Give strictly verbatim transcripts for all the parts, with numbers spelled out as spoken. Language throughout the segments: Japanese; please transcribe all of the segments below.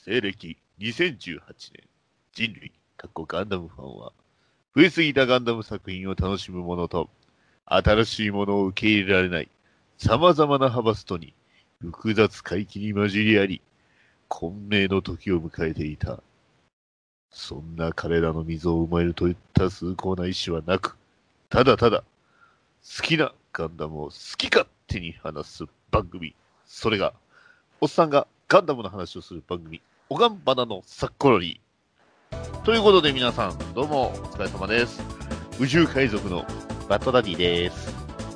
西暦にせんじゅうはちねん、人類、かっこガンダムファンは、増えすぎたガンダム作品を楽しむものと、新しいものを受け入れられない、様々な派閥とに、複雑回帰に混じりあり、混迷の時を迎えていた。そんな彼らの溝を埋めるといった崇高な意志はなく、ただただ、好きなガンダムを好き勝手に話す番組。それが、おっさんがガンダムの話をする番組、おがんばなのサッコロリー。ということで皆さん、どうもお疲れ様です。宇宙海賊のバッドダディです。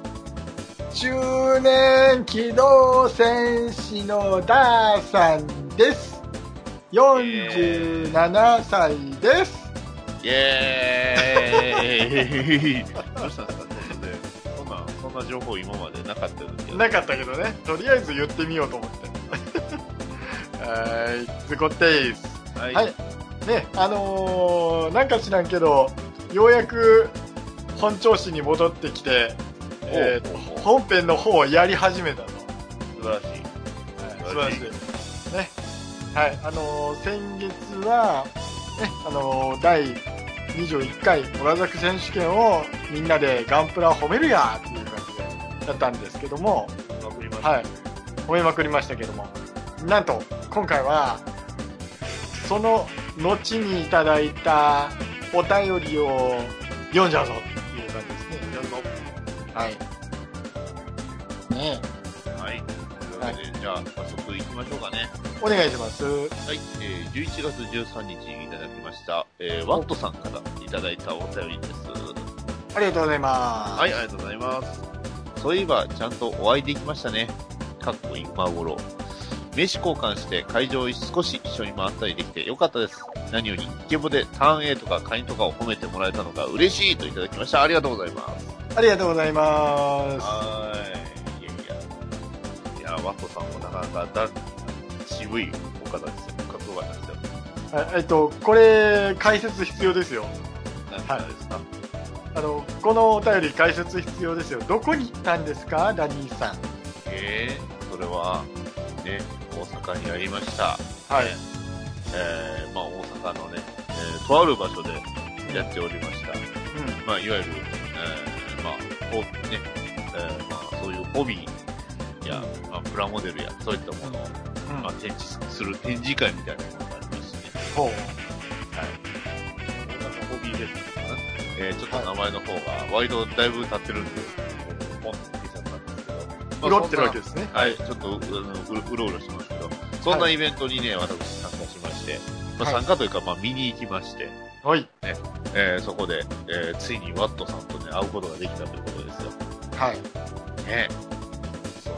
中年機動戦士のダーさんです。よんじゅうななさいです。 イエーイどうしたんですかね、そんな、そんな情報今までなかったですけど。 なかったけどね、とりあえず言ってみようと思って。はい、ズコテイス。はい。はい、ね、あのー、なんか知らんけど、ようやく本調子に戻ってきて、えー、本編の方をやり始めたと。 素晴らしい。はい、 素晴らしい。ね。はい、あのー、先月は、ね、あのー、だいにじゅういっかいオラザク選手権をみんなでガンプラを褒めるやっていう感じでやったんですけども、はい、褒めまくりましたけども、なんと今回はその後にいただいたお便りを読んじゃうぞっていう感じですね。読んぞ。はい。ねえ。はい。はい、じゃあ早速行きましょうかね。 お願いします。はい、 えー、じゅういちがつじゅうさんにちにいただきました、えー、ワットさんからいただいたお便りです。 ありがとうございます。 はい、ありがとうございます。そういえばちゃんとお会いできましたね。かっこ今頃。名刺交換して会場を少し一緒に回ったりできてよかったです。何よりイケボでターン A とか会員とかを褒めてもらえたのが嬉しいといただきました。ありがとうございます。 ありがとうございます。 はい。いやいや。いや、ワットさんもなかなかだ渋いお方ですよ。かっこよかったですよ。 えっと、これ、解説必要ですよ。 何ですか、はい、 あの、このお便り解説必要ですよ。どこに行ったんですか、ダニーさん。 えー、それは、ね、大阪にありました。 はい。 ね、えー、まあ大阪のね、えー、とある場所でやっておりました。うん。まあ、いわゆる、えー、まあ、こうね、えー、まあ、そういうホビーや、まあ、プラモデルや、そういったものを、うん、まあ、展示する展示会みたいなものがありますね。ほう。はい。大阪ホビーフェスかな。えー、ちょっと名前の方が、割とだいぶ経ってるんで、ポンと出ちゃったんですけど。 まあ、うろってるわけですね。 はい、ちょっとう、うろうろしてますけど、そんなイベントにね、はい、私参加しまして、まあ、参加というか、まあ、見に行きまして、 はい。 ね、えー、そこで、えー、ついにワットさんとね、会うことができたということですよ。 はい。 ね、そう。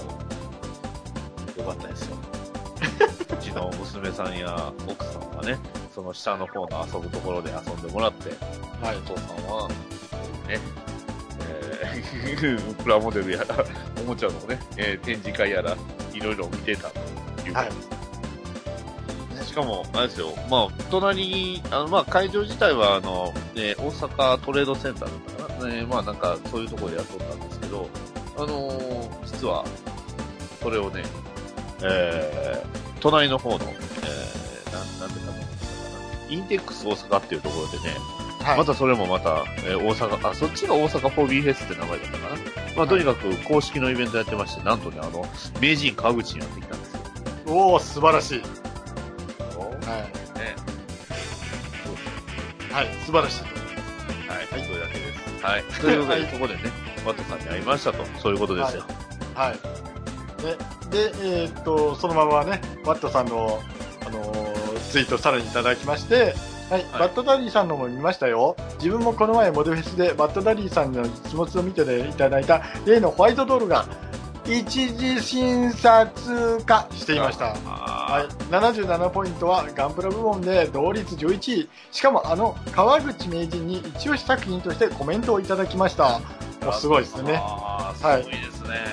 よかったですよ。うちの娘さんや奥さんはね、その下の方の遊ぶところで遊んでもらって、はい、お父さんは、ね、えー、プラモデルやら、おもちゃのね、えー、展示会やら、いろいろ見てたということです。はい、しかも、あれですよ、まあ、隣に、あの、まあ、会場自体は、あの、ね、大阪トレードセンターだったかな、ね、まあ、なんか、そういうところでやっとったんですけど、あのー、実は、それをね、えー、隣の方の、えー、なん、なんていうかな、インテックス大阪っていうところでね、はい、またそれもまた、えー、大阪、あ、そっちが大阪ホビーフェスって名前だったかな。まあ、とにかく公式のイベントやってまして、なんとね、あの、名人川口にやってきたんですよ。 おー、素晴らしい。はい。 ね。 そうです。はい、素晴らしい。 はい、はい、それだけです。はい。ということで、ここでね、ワットさんに会いましたと、そういうことですよ。 はい。はい、で、で、えー、っと、そのままね、ワットさんの、あのー、ツイートさらにいただきまして、はい、はい、バッドダディさんのも見ましたよ。自分もこの前モデルフェスでバッドダディさんの気持ちを見ていただいた例のホワイトドールが一次診察化していました。はい、ななじゅうななポイントはガンプラ部門で同率じゅういちい、しかもあの川口名人に一押し作品としてコメントをいただきました。もうすごいですね。 あー、すごいですね。はい、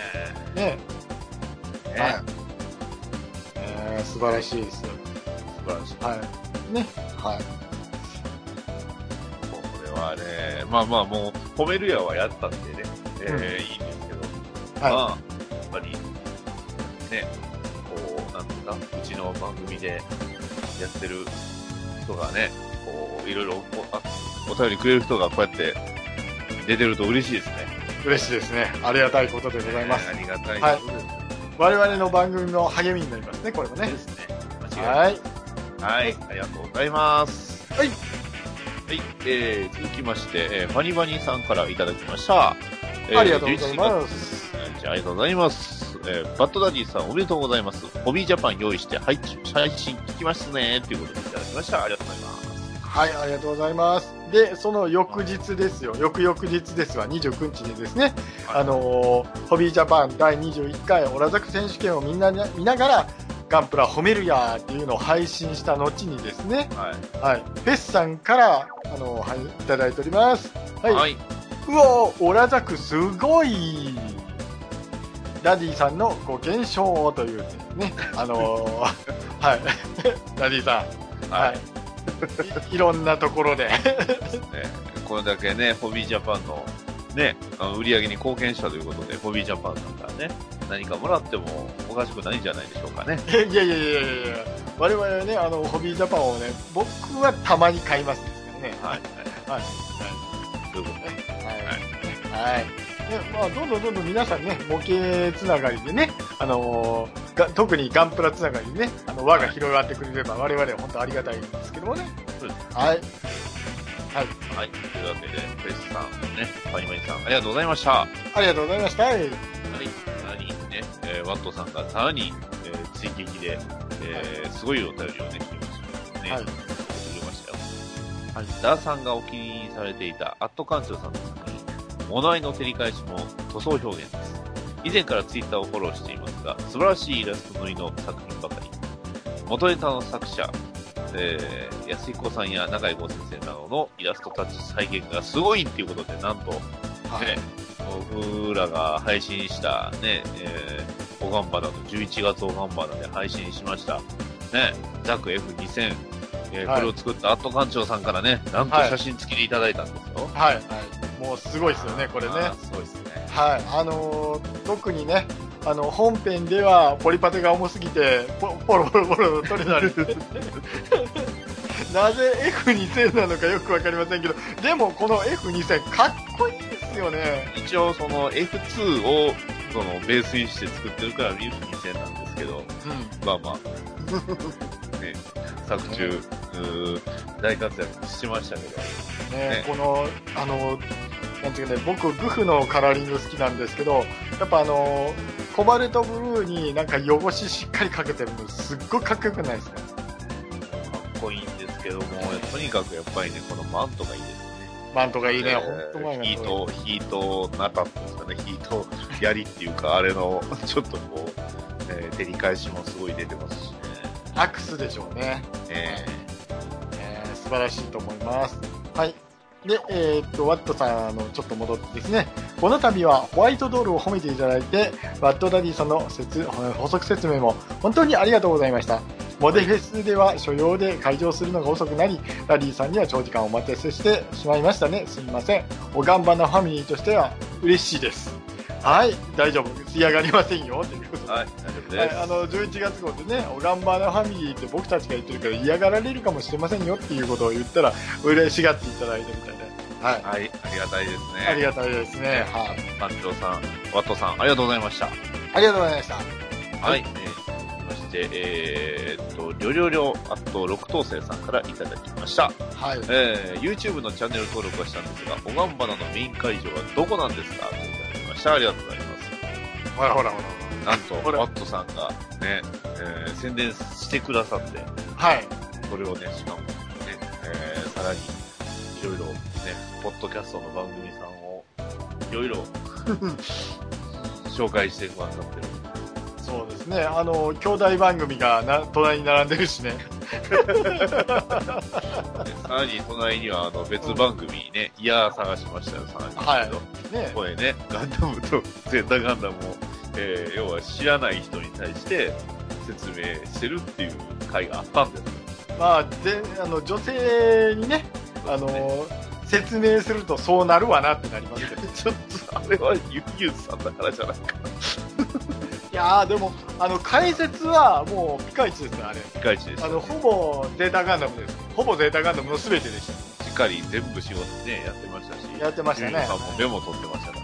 ねえ、はい、えー、素晴らしいです。素晴らしい。 はい。ね。はい。 これはね、まあまあもう、褒めるやはやったんでね、えーうん、いいんですけど、はい、まあ、やっぱり、ね、こう、なんていうか、うちの番組で、 やってる人がね、こう、いろいろお、お便りくれる人がこうやって出てると嬉しいですね。 嬉しいですね。ありがたいことでございます。 えー、ありがたいことです、ね。 はい。我々の番組の励みになりますね、これもね。 ですね。間違いない。はい。はい。ありがとうございます。 はい。 はい。えー、続きまして、えー、ファニバニさんからいただきました。 えー、ありがとうございます。 じゃあ、ありがとうございます。えー、バッドダディさんおめでとうございます。ホビージャパン用意して配信聞きますね。ということでいただきました。ありがとうございます。 はい、ありがとうございます。で、その翌日ですよ。翌々日ですわ。にじゅうくにちにですね、はい、あのー、ホビージャパンだいにじゅういっかいオラザク選手権をみんな見ながら、ガンプラ褒めるやーっていうのを配信した後にですね、はい。はい、フェスさんから、あのー、はい、いただいております。はい。はい、うおー、オラザクすごいダディさんのご健勝というね、あのー、はい、ダディさん、はい。い, いろんなところで、ね、 これだけね、ホビージャパンのね、あの売り上げに貢献したということで、ホビージャパンさんからね、何かもらってもおかしくないんじゃないでしょうかね。 いやいやいやいやいや、我々はね、あの、ホビージャパンをね、僕はたまに買いますですからね。はい。はい。はい。 そういうことね。 はい。はい。ね、まあ、どんどんどんどん皆さんね、模型つながりでね、あのー、が特にガンプラつながりでね、あの輪が広がってくれれば、我々は本当ありがたいんですけどもね。 そうです。 はい。はい。 はい。というわけで、フェスさん、ね、パニマニさん、ありがとうございました。 ありがとうございました。はい。はい。さらにね、えー、ワットさんがさらに、えー、追撃で、えーはい、すごいお便りをね、くれましたね。はい。くれましたよ。はい。ダーさんがお気にされていたアット館長さんの作品、物合いの照り返しも塗装表現です。以前からツイッターをフォローしていますが、素晴らしいイラストのりの作品ばかり。元ネタの作者、えー、安彦さんや中井剛先生などのイラストたち再現がすごいっていうことで、なんと、はい、ね、僕らが配信したね、えー、オガンバナのじゅういちがつオガンバナで配信しました、ね、ザク エフにせん、えーはい、これを作ったアット館長さんからね、なんと写真付きでいただいたんですよ。 はい、はい、はい、もうすごいですよね、これね。 すごいですね。 はい、あのー、特にね、あの、本編ではポリパテが重すぎて、ポポロポロポロ取れない。なぜ エフにせん なのかよくわかりませんけど、でもこの エフにせん かっこいいですよね。 一応その エフツー をそのベースにして作ってるから エフにせん なんですけど、うん、まあまあ、ね、作中、大活躍しましたけど。 ね、ね、この、あの、なんていうかね、僕、グフのカラーリング好きなんですけど、やっぱあの、コバルトブルーになんか汚ししっかりかけてるのすっごいかっこよくないですか？かっこいいんですけども、とにかくやっぱりね、このマントがいいですね。 マントがいいね、ほんとマント。ヒート、ヒートナタっていうんですかね、ヒート槍っていうか、あれの、ちょっとこう、えー、照り返しもすごい出てますしね。 アクスでしょうね。えー、えー、素晴らしいと思います。はい。で、えー、っと、ワットさんのちょっと戻ってですね、この度はホワイトドールを褒めていただいて、ワットダディさんの説補足説明も本当にありがとうございました。モデフェスでは所要で会場するのが遅くなり、ダディさんには長時間お待たせしてしまいましたね。すみません。おがんばなファミリーとしては嬉しいです。はい、大丈夫。嫌がりませんよ。ということで。はい、大丈夫です。はい、あの、じゅういちがつ号でね、おがんばなファミリーって僕たちが言ってるから嫌がられるかもしれませんよっていうことを言ったら、嬉しがっていただいてみたいで。はい、 はい、ありがたいですね。 ありがたいですね。はい。 班長さん、ワットさん、ありがとうございました。 ありがとうございました。 はい、えー、そして、えー、っと、りょりょりょ、あと、六等星さんからいただきました。はい。えー、YouTube のチャンネル登録はしたんですが、おがんばなのメイン会場はどこなんですかといただきました。ありがとうございます。 ほらほらほら。なんと、ワットさんがね、えー、宣伝してくださって、 はい。 それをね、しかもね、えー、さらに、いろいろね、ポッドキャストの番組さんを、いろいろ、紹介してくださってる。 そうですね、あの、兄弟番組がな隣に並んでるしね。 さらに隣には、あの、別番組ね、いやー探しましたよ、さらに。はい。ね、これね、ガンダムとゼータガンダムを、えー、要は知らない人に対して説明してるっていう回があったんですよ。まあ、で、あの、女性にね、あの、説明するとそうなるわなってなりますけど、ちょっと、あれはゆゆうさんだからじゃないかな。いやーでもあの解説はもうピカイチですねあれ。 ピカイチです、ね。 あのほぼゼータガンダムです。ほぼゼータガンダムのすべてでした。 しっかり全部仕事ねやってましたし。 やってましたね。 さんもメモ取ってましたから。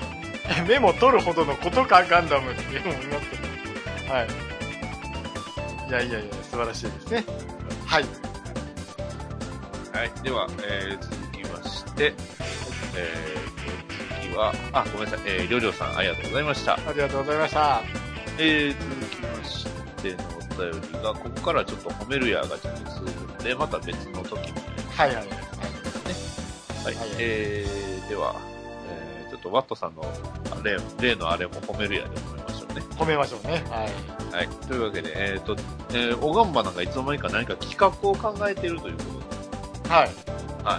メモ取るほどのことかガンダムって思いますけど。はい。いやいやいや素晴らしいですね。はい。 はい。では、えー、続きまして、えー、次は、あ、ごめんなさい、えー、りょうりょうさん、ありがとうございました。 ありがとうございました。えー、続きましてのお便りが、ここからちょっと褒めるやがちょっと続くので、また別の時に。 はいはい。はい。ね、 はい。はい、えー、では、えー、ちょっとワットさんの例、例のあれも褒めるやで褒めましょうね。 褒めましょうね。はい。 はい。というわけで、えっ、ー、と、えー、おがんばなんかいつの間にか何か企画を考えているということで。 はい。 はい。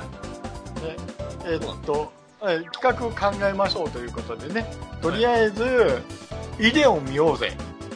で、えー、っと、企画を考えましょうということでね、とりあえず、はい、イデオン見ようぜ。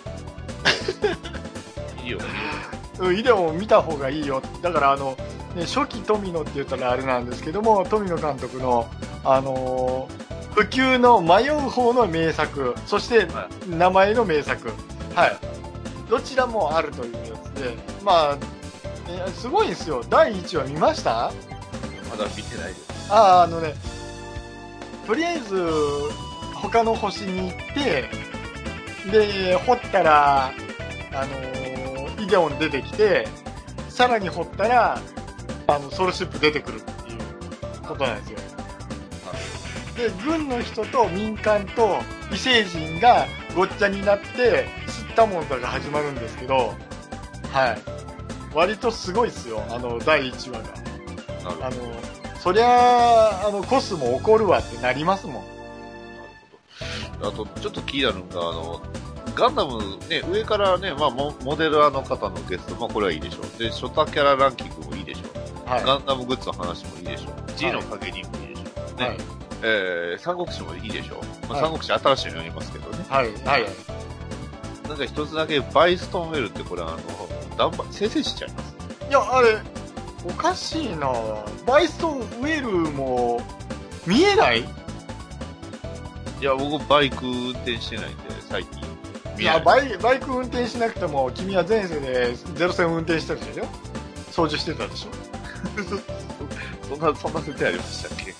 いいよ、 うん、イデオン見た方がいいよ。だから、あの、ね、初期富野って言ったらあれなんですけども、富野監督の、あのー、普及の迷う方の名作、そして名前の名作。はい。どちらもあるというやつで、まあ、えー、すごいんですよ。だいいちわ見ました？ まだ見てないです。 ああ、あのね、とりあえず、他の星に行って、で、掘ったら、あのー、イデオン出てきて、さらに掘ったら、あの、ソルシップ出てくるっていうことなんですよ。で、軍の人と民間と異星人がごっちゃになって、吸ったもんだが始まるんですけど、はい。割とすごいですよ、あの、だいいちわが。あの、そりゃあ、あの、コスも怒るわってなりますもん。なるほど。あと、ちょっと気になるのが、あの、ガンダムね、上からね、まあモ、モデラーの方のゲスト、まあこれはいいでしょう。で、初太キャラランキングもいいでしょう。はい、ガンダムグッズの話もいいでしょう。G の影にもいいでしょう。ね。はい、えー、三国志もいいでしょう。まあ、三国志新しいのありますけどね。 はい。はい。 なんか一つだけ、バイストンウェルってこれあの、ダンバ、生成しちゃいます。 いや、あれ、おかしいなバイストンウェルも、見えない？ いや、僕バイク運転してないんで、最近。 いやバイ、バイク運転しなくても、君は前世でゼロ戦運転してるでしょ？操縦してたでしょ？ そんな、そんな設定ありましたっけ？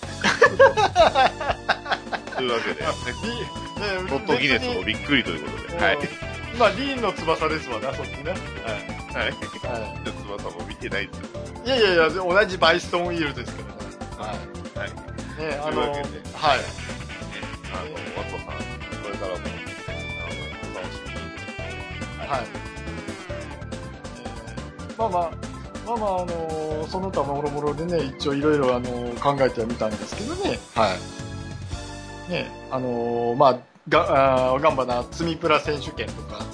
というわけで、ね、ロットギネスもびっくりということで。はい。 まあ、リーンの翼ですわな、そっちね。 はい。はい。はい。翼も見てないですよ。 いやいやいや、同じバイストンウィールですからね。はい。はい。ね、あの、はい。ね、 あの、ワットさん、これからも、あの、お楽しみに。 はい。えー、まあまあ、まあまあ、あのー、その他もろもろでね、一応いろいろ、あのー、考えてはみたんですけどね。はい。ね、あのー、まあ、が、あガンバな積みプラ選手権とか、はいはい、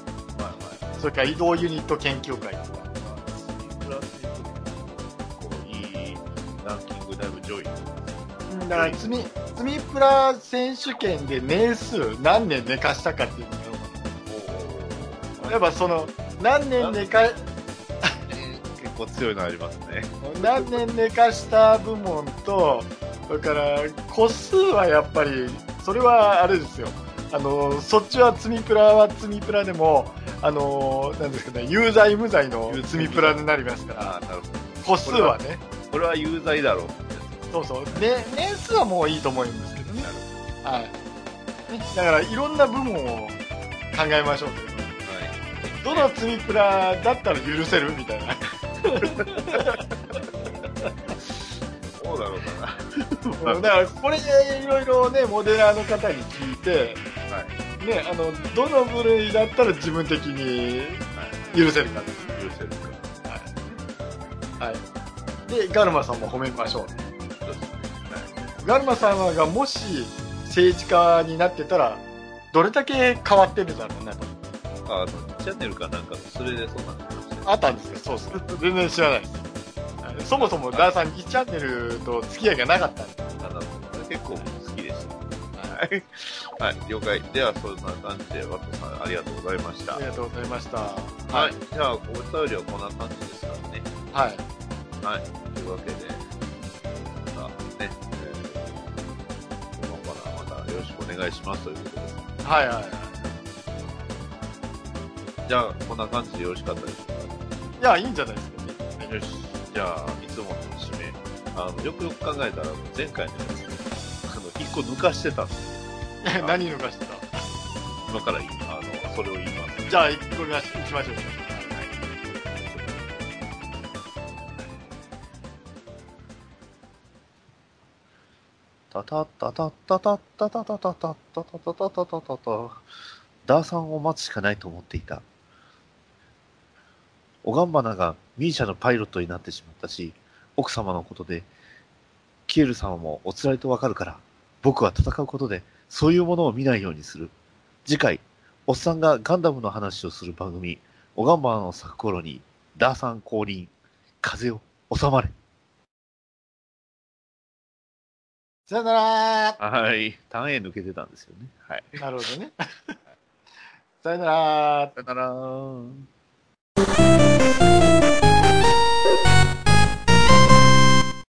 それから移動ユニット研究会とか。 積みプラ選手権、このいいランキングだいぶ上位。 だから積み、積みプラ選手権で年数何年寝かしたかっていうのが、やっぱその、何年寝か、 結構強いのありますね。 何年寝かした部門と、それから個数はやっぱり、それはあれですよ。あの、そっちは積みプラは積みプラでも、あの、なんですかね、有罪無罪の積みプラになりますから、なるほど個数はね。 これは有罪だろう。 そうそう。ね、年数はもういいと思うんですけどね。はい。ね、だから、いろんな部門を考えましょうという。はい。どの積みプラだったら許せるみたいな。 そうだろうかな。 だから、これいろいろね、モデラーの方に聞いて、はい。ね、あの、どの部類だったら自分的に許せるか、ね。 許せるか。はい。はい。で、ガルマさんも褒めましょうね。そうですね。はい。ガルマさんがもし政治家になってたら、どれだけ変わってるだろうなと。 あ、あの、チャンネルかなんか、それでそうなんですあったんですか？そうです。全然知らないです。そもそもダーさんにチャンネルと付き合いがなかったんです。 なるほど。結構好きでした。はい。はい、了解。では、そんな感じで、ワットさん、ありがとうございました。 ありがとうございました。はい。じゃあ、お便りはこんな感じですからね。 はい。 はい。というわけで、またね、えー、このコーナーまたよろしくお願いしますということです。 はいはいはい。 じゃあ、こんな感じでよろしかったでしょうか。 いや、いいんじゃないですかね。 よし。じゃあ、いつもの締め。あの、よくよく考えたら、前回のやつ、あの、一個抜かしてたんですよ。 何抜かしてた？ 今からいい、あの、それを言います。 じゃあ、一個目は行きましょう。 タタタタタタタタタタタタタタタタタタタ。ダーさんを待つしかないと思っていた。オガンバナがミーシャのパイロットになってしまったし、奥様のことで、キエル様もお辛いとわかるから、僕は戦うことで、そういうものを見ないようにする。次回、おっさんがガンダムの話をする番組、オガンバナの咲く頃に、ダーさん降臨、風よ、収まれ。 さよなら。 はい。単影抜けてたんですよね。はい。 なるほどね。さよなら。 さよなら。